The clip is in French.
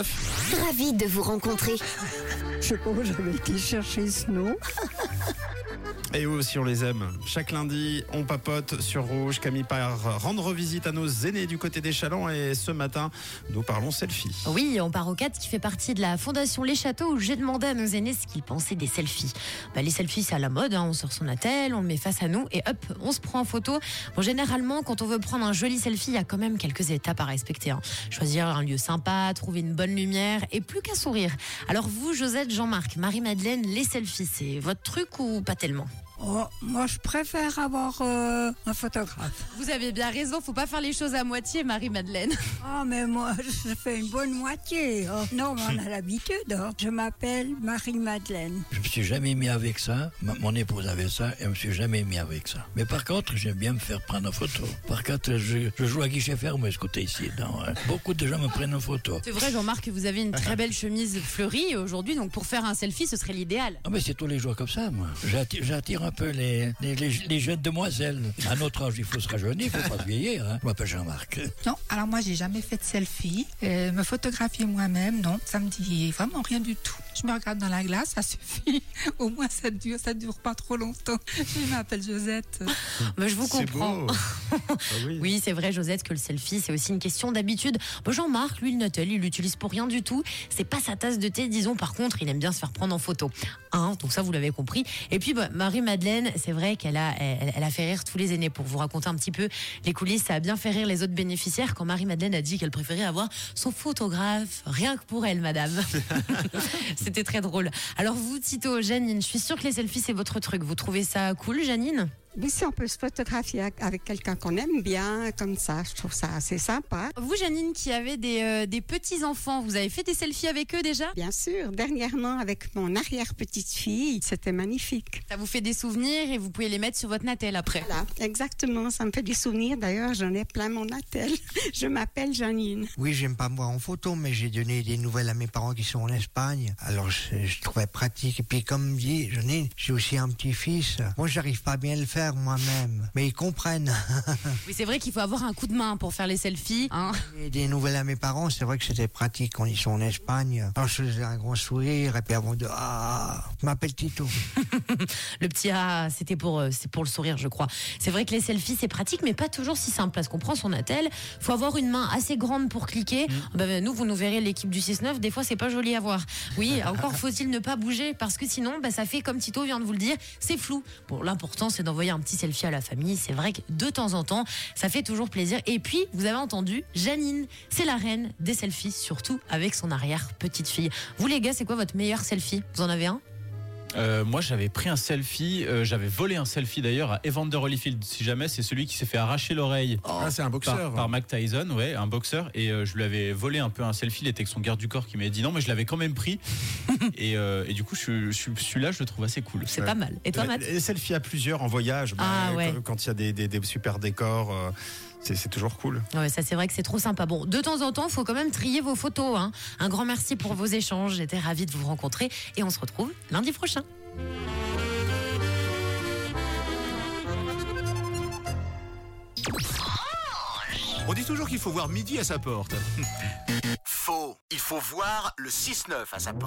6-9. Ravi de vous rencontrer. Je sais pas où j'avais été chercher ce nom. Et eux aussi, on les aime. Chaque lundi, on papote sur Rouge. Camille part rendre visite à nos aînés du côté des Chalands. Et ce matin, nous parlons selfie. Oui, on part au 4 qui fait partie de la fondation Les Châteaux où j'ai demandé à nos aînés ce qu'ils pensaient des selfies. Les selfies, c'est à la mode, on sort son attel, on le met face à nous et hop, on se prend en photo. Bon, généralement, quand on veut prendre un joli selfie, il y a quand même quelques étapes à respecter. Choisir un lieu sympa, trouver une bonne lumière et plus qu'à sourire. Alors vous, Josette, Jean-Marc, Marie-Madeleine, les selfies, c'est votre truc ou pas tellement ? Oh, moi, je préfère avoir un photographe. Vous avez bien raison, faut pas faire les choses à moitié, Marie-Madeleine. Ah, mais moi, je fais une bonne moitié. Oh, non, mais on a l'habitude. Oh. Je m'appelle Marie-Madeleine. Je me suis jamais mis avec ça. Mon épouse avait ça et je me suis jamais mis avec ça. Mais par contre, j'aime bien me faire prendre en photo. Par contre, je joue à guichet fermé ce côté ici. Beaucoup de gens me prennent en photo. C'est vrai, Jean-Marc, que vous avez une très belle chemise fleurie aujourd'hui, donc pour faire un selfie, ce serait l'idéal. Ah, mais c'est tous les jours comme ça, moi. J'attire un peu les jeunes demoiselles. À notre âge, il faut se rajeunir, il faut pas se vieillir. Hein. Je m'appelle Jean-Marc. Non, alors moi, j'ai jamais fait de selfie. Me photographier moi-même, non, ça me dit vraiment rien du tout. Je me regarde dans la glace, ça suffit. Au moins, ça dure pas trop longtemps. Je m'appelle Josette. Mais je vous comprends. C'est beau. Oui, c'est vrai, Josette, que le selfie, c'est aussi une question d'habitude. Jean-Marc, lui, le Natel, il l'utilise pour rien du tout. C'est pas sa tasse de thé, disons. Par contre, il aime bien se faire prendre en photo. Donc ça, vous l'avez compris. Et puis, Marie-Madeleine, c'est vrai qu'elle a fait rire tous les aînés. Pour vous raconter un petit peu les coulisses, ça a bien fait rire les autres bénéficiaires quand Marie-Madeleine a dit qu'elle préférait avoir son photographe, rien que pour elle, madame. C'était très drôle. Alors vous, Tito, Janine, je suis sûre que les selfies, c'est votre truc. Vous trouvez ça cool, Janine ? Oui, si on peut se photographier avec quelqu'un qu'on aime bien, comme ça, je trouve ça assez sympa. Vous, Janine, qui avez des petits-enfants, vous avez fait des selfies avec eux déjà ? Bien sûr, dernièrement avec mon arrière-petite-fille, c'était magnifique. Ça vous fait des souvenirs et vous pouvez les mettre sur votre Natel après. Voilà, exactement, ça me fait des souvenirs. D'ailleurs, j'en ai plein mon attel. Je m'appelle Janine. Oui, j'aime pas me voir en photo, mais j'ai donné des nouvelles à mes parents qui sont en Espagne. Alors, je trouvais pratique. Et puis, comme dit Janine, j'ai aussi un petit-fils. Moi, j'arrive pas bien à le faire moi-même, mais ils comprennent. Oui, c'est vrai qu'il faut avoir un coup de main pour faire les selfies. Et des nouvelles à mes parents, c'est vrai que c'était pratique quand ils sont en Espagne. Alors je faisais un grand sourire et puis avant de je m'appelle Tito. Le petit c'est pour le sourire, je crois. C'est vrai que les selfies, c'est pratique, mais pas toujours si simple. Parce qu'on prend son attel, faut avoir une main assez grande pour cliquer. Nous, vous nous verrez l'équipe du 6-9, des fois c'est pas joli à voir. Oui, encore faut-il ne pas bouger parce que sinon, ça fait comme Tito vient de vous le dire, c'est flou. Bon, l'important c'est d'envoyer un petit selfie à la famille. C'est vrai que de temps en temps, ça fait toujours plaisir. Et puis, vous avez entendu, Janine, c'est la reine des selfies, surtout avec son arrière-petite-fille. Vous les gars, c'est quoi votre meilleur selfie ? Vous en avez un ? Moi, j'avais pris un selfie, j'avais volé un selfie d'ailleurs à Evander Holyfield, si jamais, c'est celui qui s'est fait arracher l'oreille. C'est un boxeur. Par Mike Tyson, ouais, un boxeur. Et je lui avais volé un peu un selfie, il était avec son garde du corps qui m'avait dit non, mais je l'avais quand même pris. et du coup, celui-là, je le trouve assez cool. C'est pas mal. Et toi, Matt ? Les selfies à plusieurs en voyage, ouais. quand il y a des super décors. C'est toujours cool. Ouais, ça c'est vrai que c'est trop sympa. Bon, de temps en temps, il faut quand même trier vos photos. Un grand merci pour vos échanges. J'étais ravie de vous rencontrer et on se retrouve lundi prochain. On dit toujours qu'il faut voir midi à sa porte. Faux. Il faut voir le 6-9 à sa porte.